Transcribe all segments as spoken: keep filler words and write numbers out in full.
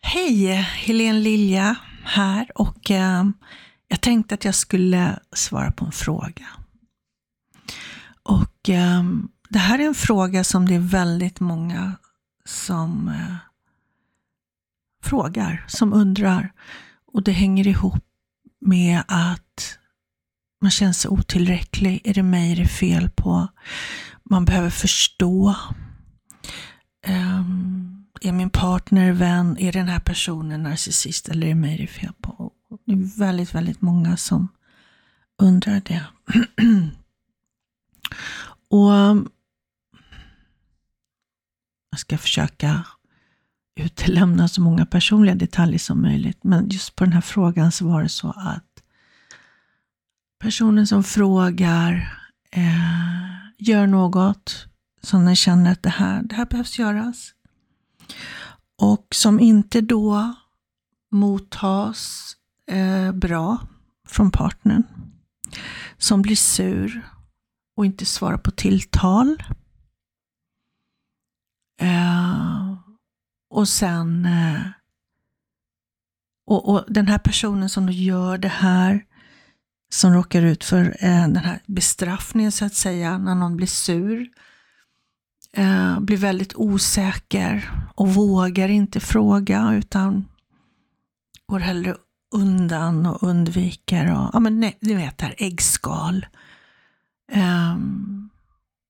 Hej, Helene Lilja här och eh, jag tänkte att jag skulle svara på en fråga. Och eh, det här är en fråga som det är väldigt många som eh, frågar, som undrar. Och det hänger ihop med att man känner sig otillräcklig. Är det mig det är fel på? Man behöver förstå. Um, är min partner, vän, är den här personen narcissist eller är det mig det är fel på? Det är väldigt, väldigt många som undrar det. Och jag ska försöka utelämna så många personliga detaljer som möjligt. Men just på den här frågan så var det så att personen som frågar eh, gör något som den känner att det här, det här behövs göras. Och som inte då mottas eh, bra från partnern. Som blir sur och inte svarar på tilltal. Eh, och sen eh, och, och den här personen som då gör det här, som råkar ut för eh, den här bestraffningen så att säga, när någon blir sur, eh, blir väldigt osäker och vågar inte fråga utan går hellre undan och undviker och, ja men nej, du vet det här äggskal. Um,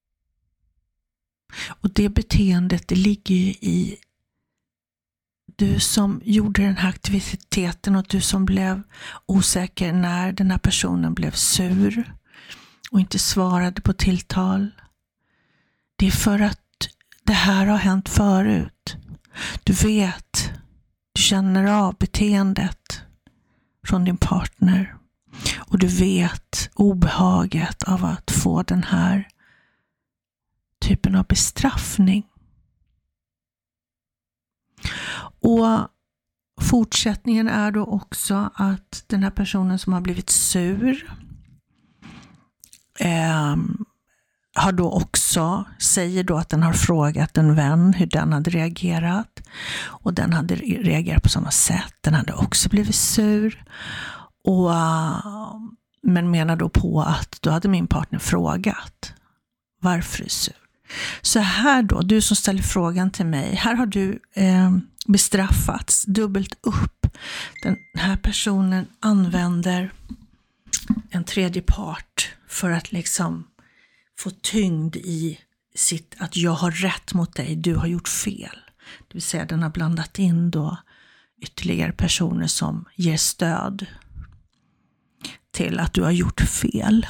och det beteendet, det ligger ju i du som gjorde den här aktiviteten och du som blev osäker när den här personen blev sur och inte svarade på tilltal. Det är för att det här har hänt förut. Du vet, du känner av beteendet från din partner och du vet obehaget av att få den här typen av bestraffning. Och fortsättningen är då också att den här personen som har blivit sur eh, har då också, säger då att den har frågat en vän hur den hade reagerat. Och den hade reagerat på samma sätt. Den hade också blivit sur. Och, men menar då på att då hade min partner frågat varför är du sur. Så här då, du som ställer frågan till mig, här har du eh, bestraffats dubbelt upp. Den här personen använder en tredje part för att liksom få tyngd i sitt att jag har rätt mot dig, du har gjort fel. Det vill säga den har blandat in då ytterligare personer som ger stöd till att du har gjort fel.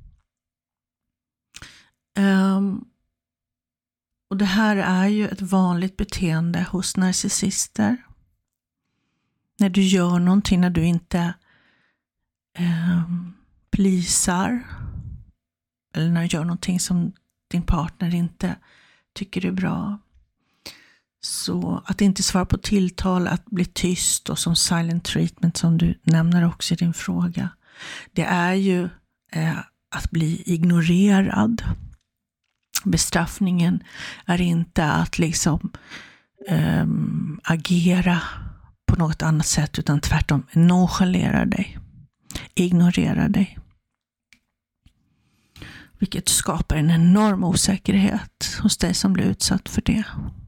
Um, och det här är ju ett vanligt beteende hos narcissister. När du gör någonting, när du inte um, plisar eller när du gör någonting som din partner inte tycker är bra. Så att inte svara på tilltal, att bli tyst och som silent treatment som du nämner också i din fråga. Det är ju eh, att bli ignorerad. Bestraffningen är inte att liksom eh, agera på något annat sätt utan tvärtom nonchalera dig. Ignorera dig. Vilket skapar en enorm osäkerhet hos dig som blir utsatt för det.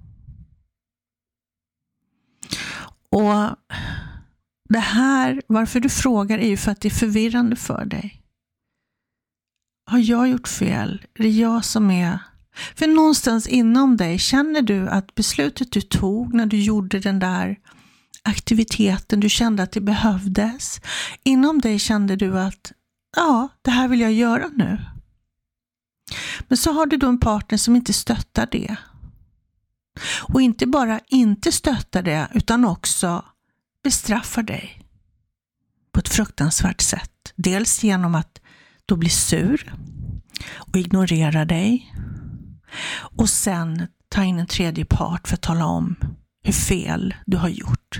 Och det här, varför du frågar är ju för att det är förvirrande för dig. Har jag gjort fel? Är det jag som är... För någonstans inom dig känner du att beslutet du tog när du gjorde den där aktiviteten, du kände att det behövdes. Inom dig kände du att ja, det här vill jag göra nu. Men så har du då en partner som inte stöttar det. Och inte bara inte stöttar det utan också bestraffar dig på ett fruktansvärt sätt. Dels genom att då bli sur och ignorera dig. Och sen ta in en tredje part för att tala om hur fel du har gjort.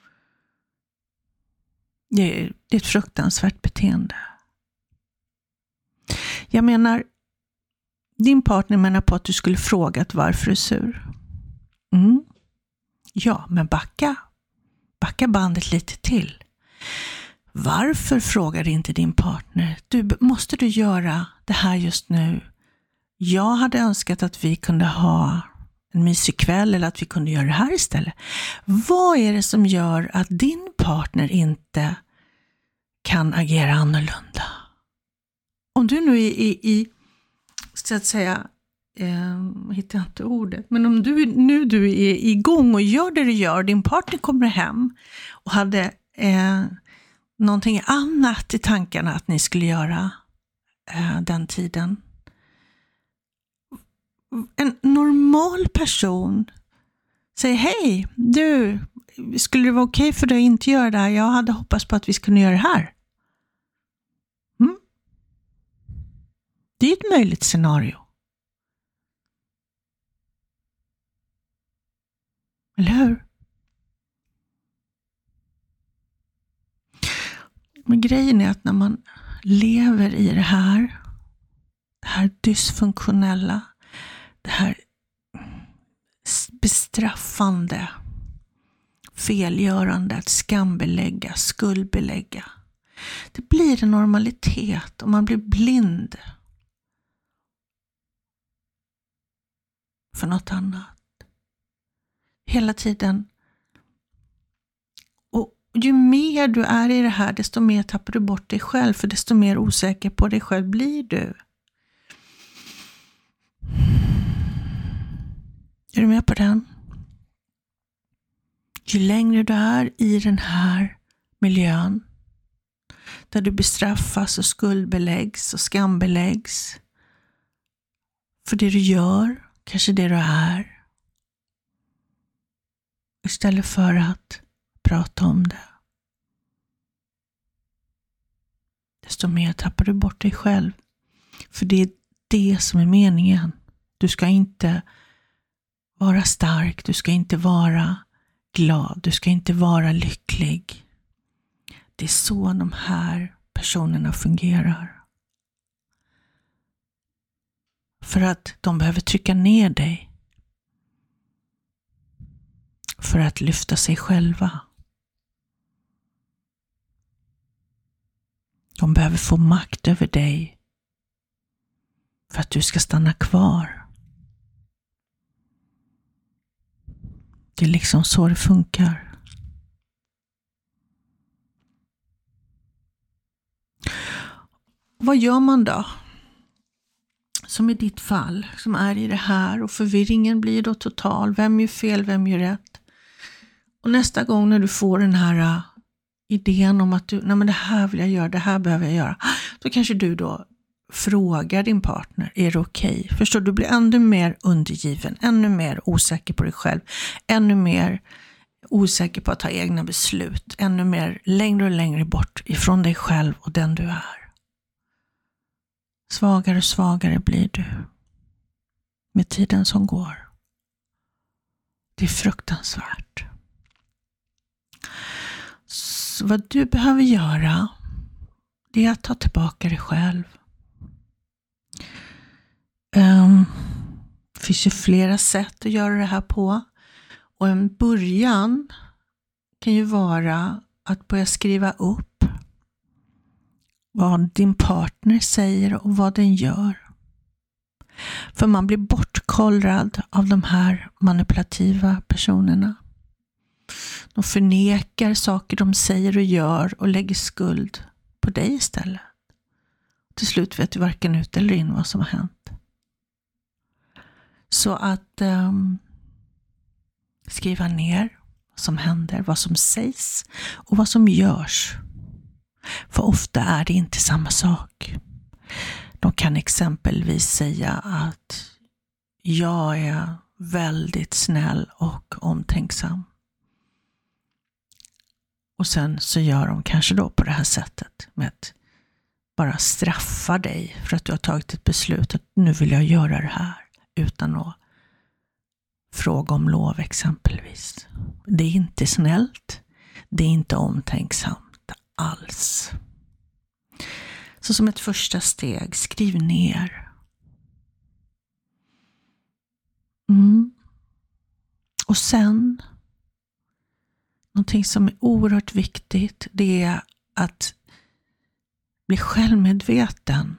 Det är, det är ett fruktansvärt beteende. Jag menar, din partner menar på att du skulle frågat varför du är sur. Mm. Ja, men backa. backa bandet lite till. Varför frågar inte din partner? Du, måste du göra det här just nu? Jag hade önskat att vi kunde ha en mysig kväll eller att vi kunde göra det här istället. Vad är det som gör att din partner inte kan agera annorlunda? Om du nu är i, i så att säga, eh, hittar jag inte ordet, men om du nu du är igång och gör det du gör, din partner kommer hem och hade eh, någonting annat i tankarna att ni skulle göra eh, den tiden. En normal person säger hej, du, skulle det vara okej för dig att inte göra det här? Jag hade hoppats på att vi skulle göra det här. Mm. Det är ett möjligt scenario. Eller hur? Men grejen är att när man lever i det här, det här dysfunktionella, det här bestraffande, felgörande, att skambelägga, skuldbelägga. Det blir en normalitet och man blir blind för något annat. Hela tiden. Och ju mer du är i det här, desto mer tappar du bort dig själv, för desto mer osäker på dig själv blir du. Är du med på den? Ju längre du är i den här miljön där du bestraffas och skuldbeläggs och skambeläggs för det du gör, kanske det du är, istället för att prata om det, desto mer tappar du bort dig själv. För det är det som är meningen. Du ska inte vara stark, du ska inte vara glad, du ska inte vara lycklig. Det är så de här personerna fungerar. För att de behöver trycka ner dig. För att lyfta sig själva. De behöver få makt över dig. För att du ska stanna kvar. Det är liksom så det funkar. Vad gör man då? Som i ditt fall, som är i det här, och förvirringen blir då total. Vem gör fel, vem gör rätt? Och nästa gång när du får den här uh, idén om att du, nej men det här vill jag göra, det här behöver jag göra. Då kanske du då frågar din partner, är det okej? Okay? Förstår du, blir ännu mer undergiven, ännu mer osäker på dig själv, ännu mer osäker på att ta egna beslut, ännu mer längre och längre bort ifrån dig själv och den du är. Svagare och svagare blir du med tiden som går. Det är fruktansvärt. Så vad du behöver göra, det är att ta tillbaka dig själv. Um, det finns ju flera sätt att göra det här på. Och en början kan ju vara att börja skriva upp vad din partner säger och vad den gör. För man blir bortkollrad av de här manipulativa personerna. De förnekar saker de säger och gör och lägger skuld på dig istället. Till slut vet du varken ut eller in vad som har hänt. Så att um, skriva ner vad som händer, vad som sägs och vad som görs. För ofta är det inte samma sak. De kan exempelvis säga att jag är väldigt snäll och omtänksam. Och sen så gör de kanske då på det här sättet med att bara straffa dig för att du har tagit ett beslut att nu vill jag göra det här utan att fråga om lov exempelvis. Det är inte snällt, det är inte omtänksamt alls. Så som ett första steg, skriv ner. Mm. Och sen, någonting som är oerhört viktigt, det är att bli självmedveten.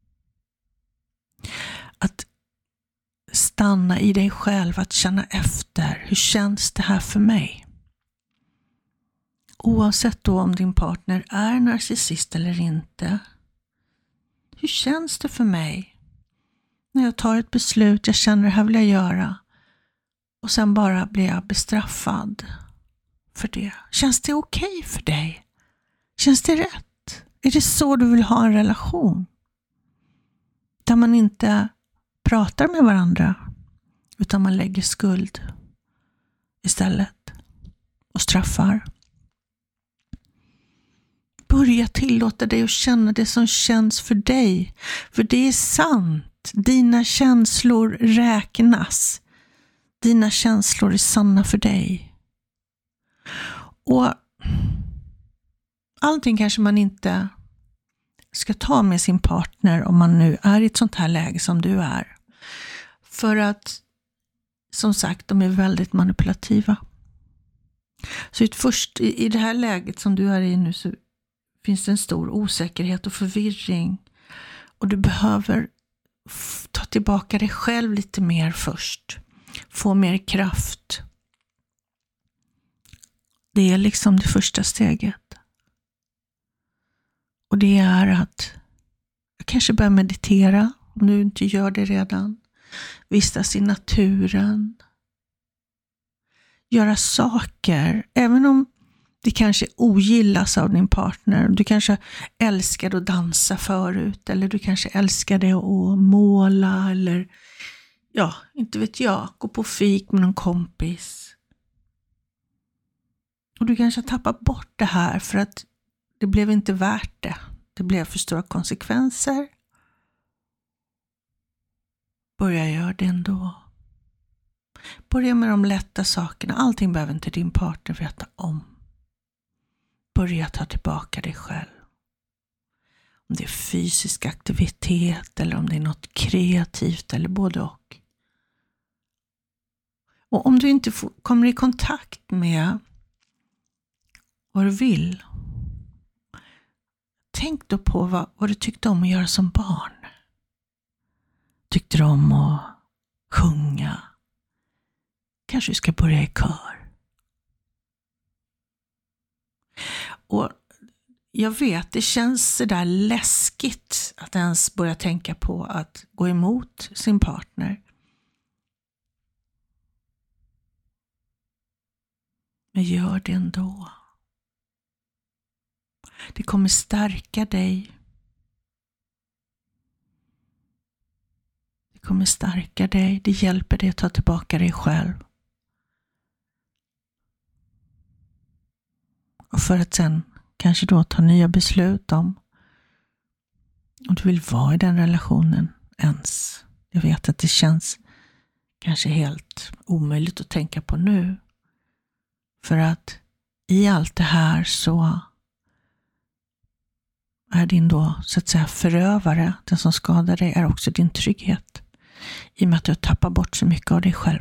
Att stanna i dig själv, att känna efter. Hur känns det här för mig? Oavsett då om din partner är narcissist eller inte. Hur känns det för mig? När jag tar ett beslut, jag känner det här vill jag göra. Och sen bara blir jag bestraffad för det. Känns det okej okay för dig? Känns det rätt? Är det så du vill ha en relation? Där man inte pratar med varandra, utan man lägger skuld istället och straffar. Börja tillåta dig att känna det som känns för dig. För det är sant. Dina känslor räknas. Dina känslor är sanna för dig. Och allting kanske man inte ska ta med sin partner om man nu är i ett sånt här läge som du är. För att, som sagt, de är väldigt manipulativa. Så först i det här läget som du är i nu så finns det en stor osäkerhet och förvirring. Och du behöver f- ta tillbaka dig själv lite mer först. Få mer kraft. Det är liksom det första steget. Och det är att kanske börja meditera om du inte gör det redan. Vistas i naturen. Göra saker. Även om det kanske ogillas av din partner. Du kanske älskade att dansa förut. Eller du kanske älskade att måla. Eller ja, inte vet jag. Gå på fik med någon kompis. Och du kanske har tappat bort det här för att det blev inte värt det. Det blev för stora konsekvenser. Börja göra det ändå. Börja med de lätta sakerna. Allting behöver inte din partner veta om. Börja ta tillbaka dig själv. Om det är fysisk aktivitet eller om det är något kreativt eller både och. Och om du inte får, kommer i kontakt med vad du vill. Tänk då på vad, vad du tyckte om att göra som barn. Tyckte du om att sjunga? Kanske du ska börja i kör. Och jag vet, det känns så där läskigt att ens börja tänka på att gå emot sin partner. Men gör det ändå. Det kommer stärka dig. Det kommer stärka dig. Det hjälper dig att ta tillbaka dig själv. Och för att sen kanske då ta nya beslut om om du vill vara i den relationen ens. Jag vet att det känns kanske helt omöjligt att tänka på nu. För att i allt det här så är din då så att säga förövare, den som skadar dig, är också din trygghet. I och med att du tappar bort så mycket av dig själv.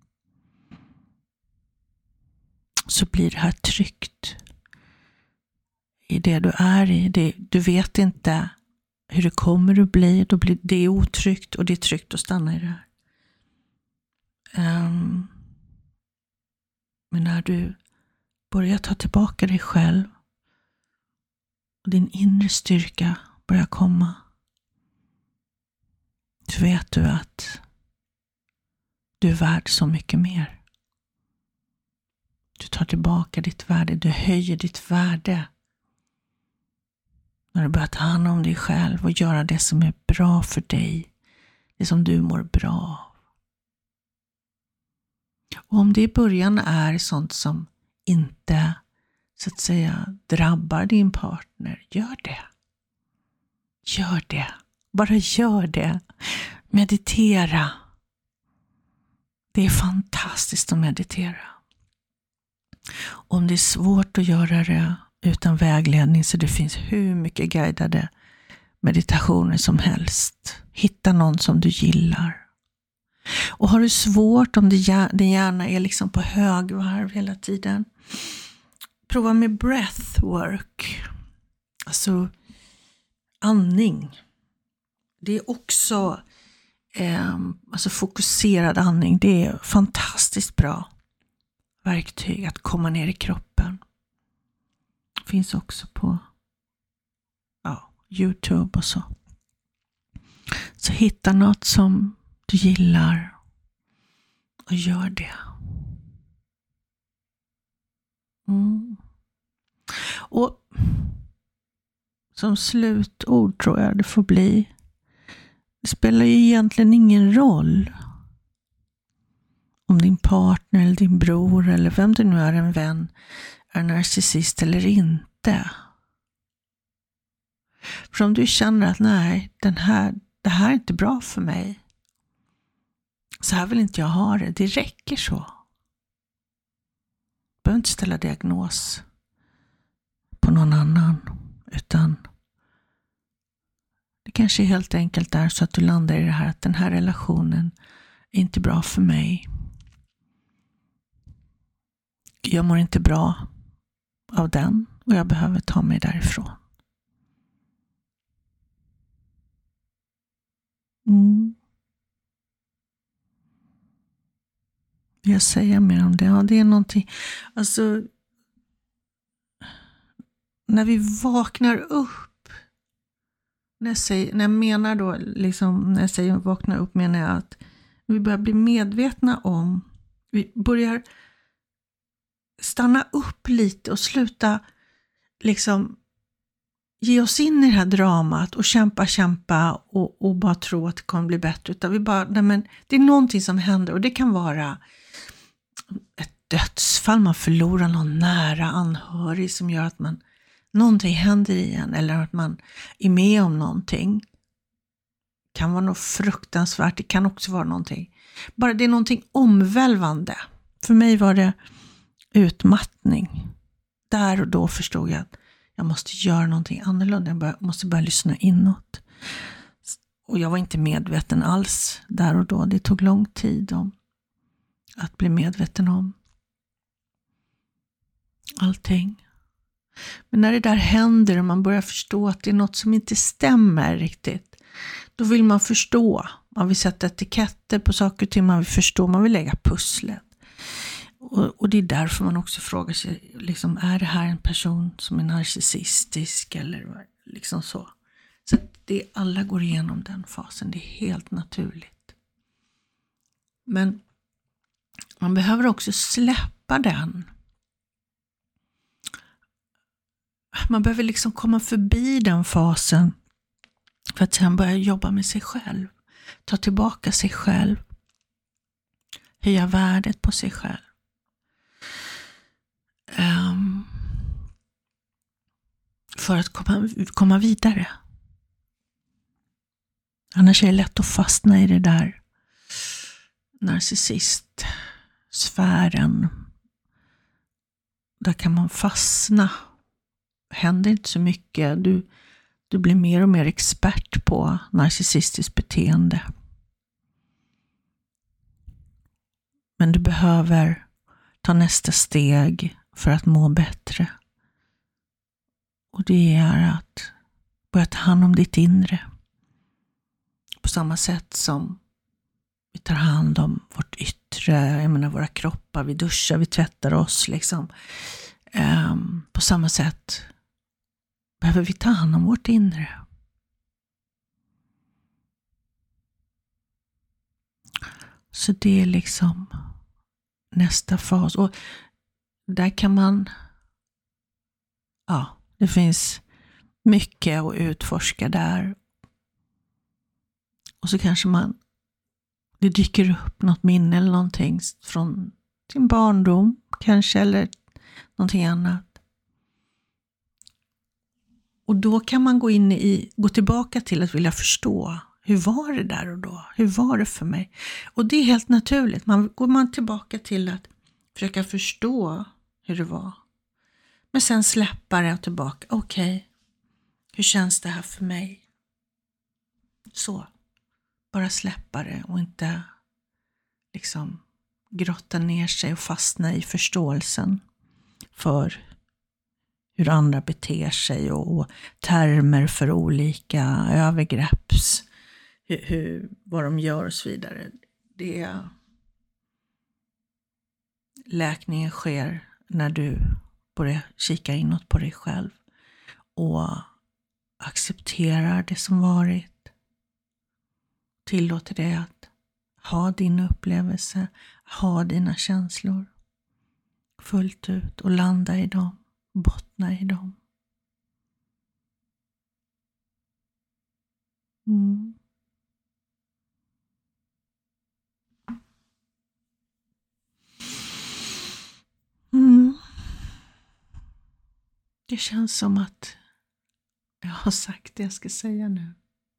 Så blir det här tryggt. I det du är i. Det, du vet inte hur det kommer att bli. Då blir det otryggt och det är tryggt att stanna i det här. Um, men när du börjar ta tillbaka dig själv och din inre styrka börjar komma, så vet du att du är värd så mycket mer. Du tar tillbaka ditt värde, du höjer ditt värde. När du börjar ta hand om dig själv och göra det som är bra för dig. Det som du mår bra av. Och om det i början är sånt som inte så att säga drabbar din partner, gör det. Gör det. Bara gör det. Meditera. Det är fantastiskt att meditera. Om det är svårt att göra det utan vägledning, så det finns hur mycket guidade meditationer som helst. Hitta någon som du gillar. Och har du svårt, om din hjärna är liksom på högvarv hela tiden, prova med breathwork. Alltså andning. Det är också eh, alltså fokuserad andning. Det är fantastiskt bra verktyg att komma ner i kroppen. Finns också på ja, YouTube och så. Så hitta något som du gillar och gör det. Mm. Och som slutord tror jag det får bli. Det spelar ju egentligen ingen roll om din partner eller din bror eller vem det nu är, en vän, är narcissist eller inte. För om du känner att nej, den här, det här är inte bra för mig. Så här vill inte jag ha det. Det räcker så. Du behöver inte ställa diagnos på någon annan. Utan det kanske är helt enkelt är så att du landar i det här att den här relationen är inte bra för mig. Jag mår inte bra av den och jag behöver ta mig därifrån. Mm. Jag säger mer om det. Ja, det är någonting. Alltså, när vi vaknar upp. När jag, säger, när jag menar då, liksom, när jag säger vakna upp menar jag att vi börjar bli medvetna om. Vi börjar stanna upp lite och sluta liksom ge oss in i det här dramat och kämpa, kämpa och, och bara tro att det kommer bli bättre. Utan vi bara, nej men, det är någonting som händer och det kan vara ett dödsfall, man förlorar någon nära anhörig som gör att man, någonting händer igen eller att man är med om någonting. Det kan vara något fruktansvärt, det kan också vara någonting. Bara det är någonting omvälvande. För mig var det utmattning. Där och då förstod jag att jag måste göra någonting annorlunda. Jag bör, måste börja lyssna inåt. Och jag var inte medveten alls där och då. Det tog lång tid om att bli medveten om allting. Men när det där händer och man börjar förstå att det är något som inte stämmer riktigt. Då vill man förstå. Man vill sätta etiketter på saker och ting. Man vill förstå. Man vill lägga pusslet. Och, och det är därför man också frågar sig, liksom, är det här en person som är narcissistisk eller liksom så. Så det, alla går igenom den fasen, det är helt naturligt. Men man behöver också släppa den. Man behöver liksom komma förbi den fasen för att sen börja jobba med sig själv. Ta tillbaka sig själv. Höja värdet på sig själv. Um, för att komma, komma vidare. Annars är det lätt att fastna i det där narcissistsfären. Där kan man fastna. Händer inte så mycket. Du, du blir mer och mer expert på narcissistiskt beteende. Men du behöver ta nästa steg för att må bättre. Och det är att börja ta hand om ditt inre. På samma sätt som vi tar hand om vårt yttre, jag menar våra kroppar, vi duschar, vi tvättar oss liksom. Um, på samma sätt behöver vi ta hand om vårt inre. Så det är liksom nästa fas. Och där kan man, ja, det finns mycket att utforska där. Och så kanske man, det dyker upp något minne eller någonting från din barndom kanske, eller någonting annat. Och då kan man gå in i, gå tillbaka till att vilja förstå, hur var det där och då? Hur var det för mig? Och det är helt naturligt. Man går man tillbaka till att försöka förstå hur det var. Men sen släppa det och tillbaka. Okej, okay. Hur känns det här för mig? Så. Bara släppa det och inte liksom grotta ner sig och fastna i förståelsen för hur andra beter sig och, och termer för olika övergrepps, hur, hur, vad de gör och så vidare. Det, läkningen sker när du börjar kika inåt på dig själv och accepterar det som varit. Tillåter dig att ha din upplevelse, ha dina känslor fullt ut och landa i dem, bottna i dem. Mm. Mm. Det känns som att jag har sagt det jag ska säga nu.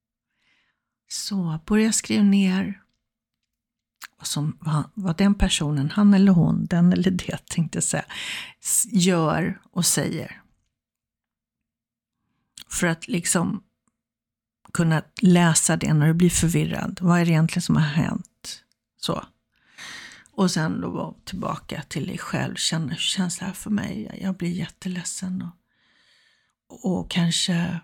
Så börja skriva ner vad, som, vad, vad den personen, han eller hon, den eller det tänkte jag säga, gör och säger. För att liksom kunna läsa det när du blir förvirrad. Vad är det egentligen som har hänt? Så. Och sen då vara tillbaka till dig själv. Känna, hur känns det här för mig? Jag blir jätteledsen och, och kanske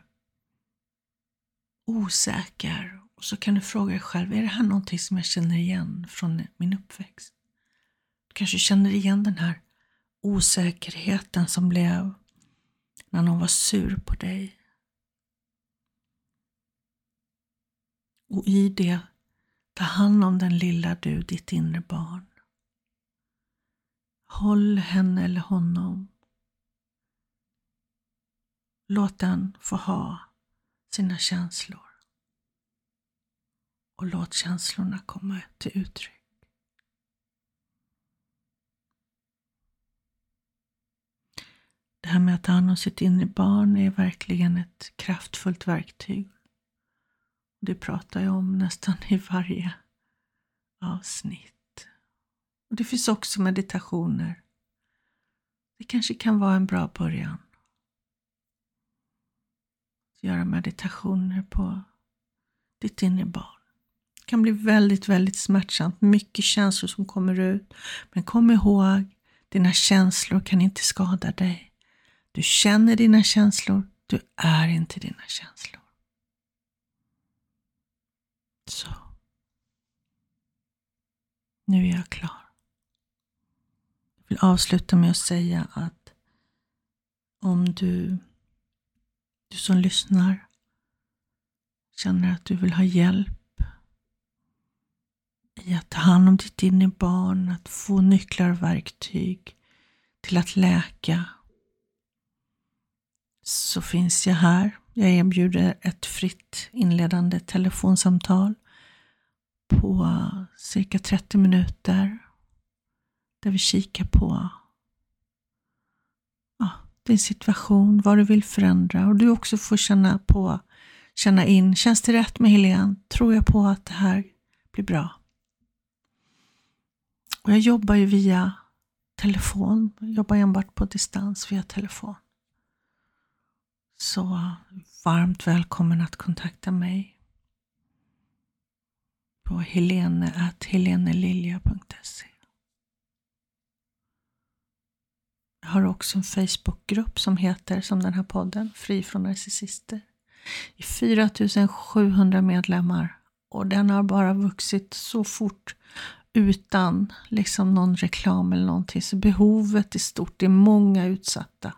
osäker. Och så kan du fråga dig själv, är det här någonting som jag känner igen från min uppväxt? Du kanske känner igen den här osäkerheten som blev när någon var sur på dig. Och i det, ta hand om den lilla du, ditt inre barn. Håll henne eller honom. Låt den få ha sina känslor. Och låt känslorna komma till uttryck. Det här med att ta hand om sitt inre barn är verkligen ett kraftfullt verktyg. Det pratar jag om nästan i varje avsnitt. Och det finns också meditationer. Det kanske kan vara en bra början. Att göra meditationer på ditt inre barn. Det kan bli väldigt, väldigt smärtsamt. Mycket känslor som kommer ut. Men kom ihåg, dina känslor kan inte skada dig. Du känner dina känslor. Du är inte dina känslor. Så. Nu är jag klar. Jag vill avsluta med att säga att om du, du som lyssnar känner att du vill ha hjälp i att ta hand om ditt inre barn, att få nycklar och verktyg till att läka, så finns jag här. Jag erbjuder ett fritt inledande telefonsamtal på cirka trettio minuter där vi kikar på ja, din situation, vad du vill förändra, och du också får känna på, känna in, känns det rätt med Helene? Tror jag på att det här blir bra? Och jag jobbar ju via telefon, jag jobbar enbart på distans via telefon. Så varmt välkommen att kontakta mig på helene at helenelilja punkt se. Jag har också en Facebookgrupp som heter, som den här podden, Fri från narcissister. I fyra tusen sjuhundra medlemmar, och den har bara vuxit så fort utan liksom någon reklam eller någonting. Så behovet är stort, det är många utsatta.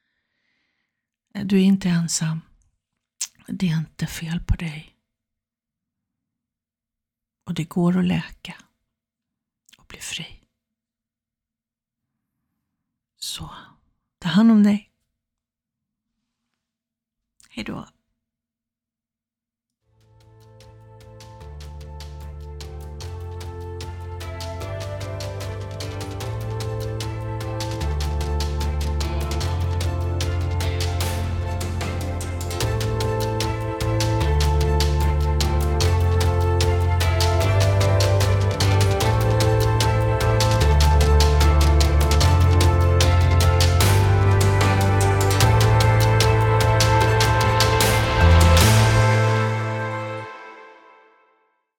Du är inte ensam. Det är inte fel på dig. Och det går att läka och bli fri. Så, ta hand om dig. Hej då.